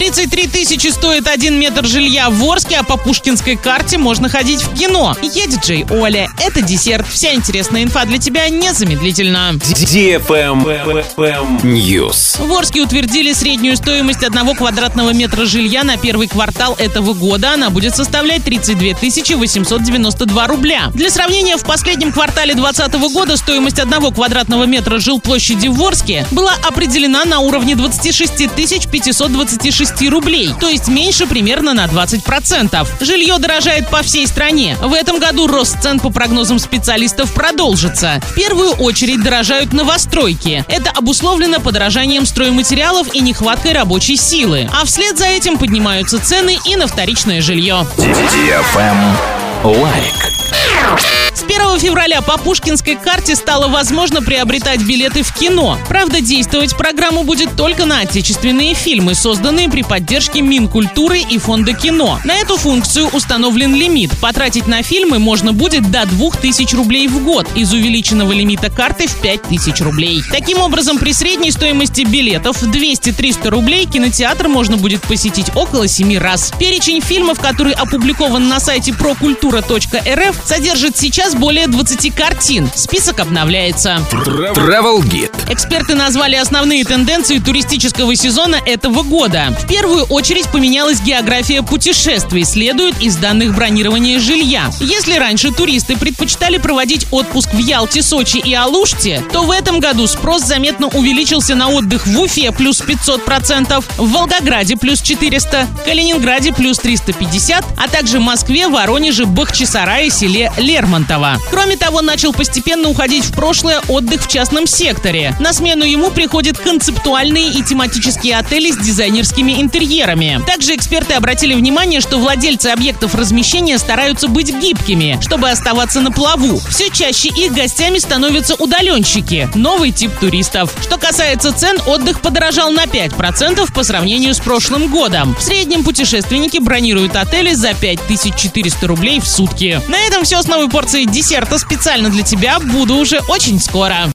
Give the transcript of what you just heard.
33 тысячи стоит 1 метр жилья в Орске, а по Пушкинской карте можно ходить в кино. Я диджей Оля. Это десерт. Вся интересная инфа для тебя незамедлительно. News. В Орске утвердили среднюю стоимость 1 квадратного метра жилья на первый квартал этого года. Она будет составлять 32 892 рубля. Для сравнения, в последнем квартале 2020 года стоимость 1 квадратного метра жилплощади в Орске была определена на уровне 26 526 рублей, то есть меньше примерно на 20%. Жилье дорожает по всей стране. В этом году рост цен, по прогнозам специалистов, продолжится. В первую очередь дорожают новостройки. Это обусловлено подорожанием стройматериалов и нехваткой рабочей силы. А вслед за этим поднимаются цены и на вторичное жилье. Лайк. С 1 февраля по Пушкинской карте стало возможно приобретать билеты в кино. Правда, действовать программа будет только на отечественные фильмы, созданные при поддержке Минкультуры и Фонда кино. На эту функцию установлен лимит. Потратить на фильмы можно будет до 2000 рублей в год из увеличенного лимита карты в 5000 рублей. Таким образом, при средней стоимости билетов 200-300 рублей кинотеатр можно будет посетить около 7 раз. Перечень фильмов, который опубликован на сайте procultura.rf, содержит сейчас более 20 картин. Список обновляется. Travel Guide. Эксперты назвали основные тенденции туристического сезона этого года. В первую очередь поменялась география путешествий, следует из данных бронирования жилья. Если раньше туристы предпочитали проводить отпуск в Ялте, Сочи и Алуште, то в этом году спрос заметно увеличился на отдых в Уфе плюс 500%, в Волгограде плюс 400%, Калининграде плюс 350%, а также Москве, Воронеже, Бахчисарае, селе Лермонтово. Кроме того, начал постепенно уходить в прошлое отдых в частном секторе. На смену ему приходят концептуальные и тематические отели с дизайнерскими интерьерами. Также эксперты обратили внимание, что владельцы объектов размещения стараются быть гибкими, чтобы оставаться на плаву. Все чаще их гостями становятся удаленщики, новый тип туристов. Что касается цен, отдых подорожал на 5% по сравнению с прошлым годом. В среднем путешественники бронируют отели за 5400 рублей в сутки. На этом все с новой порцией десерта специально для тебя. Буду уже очень скоро.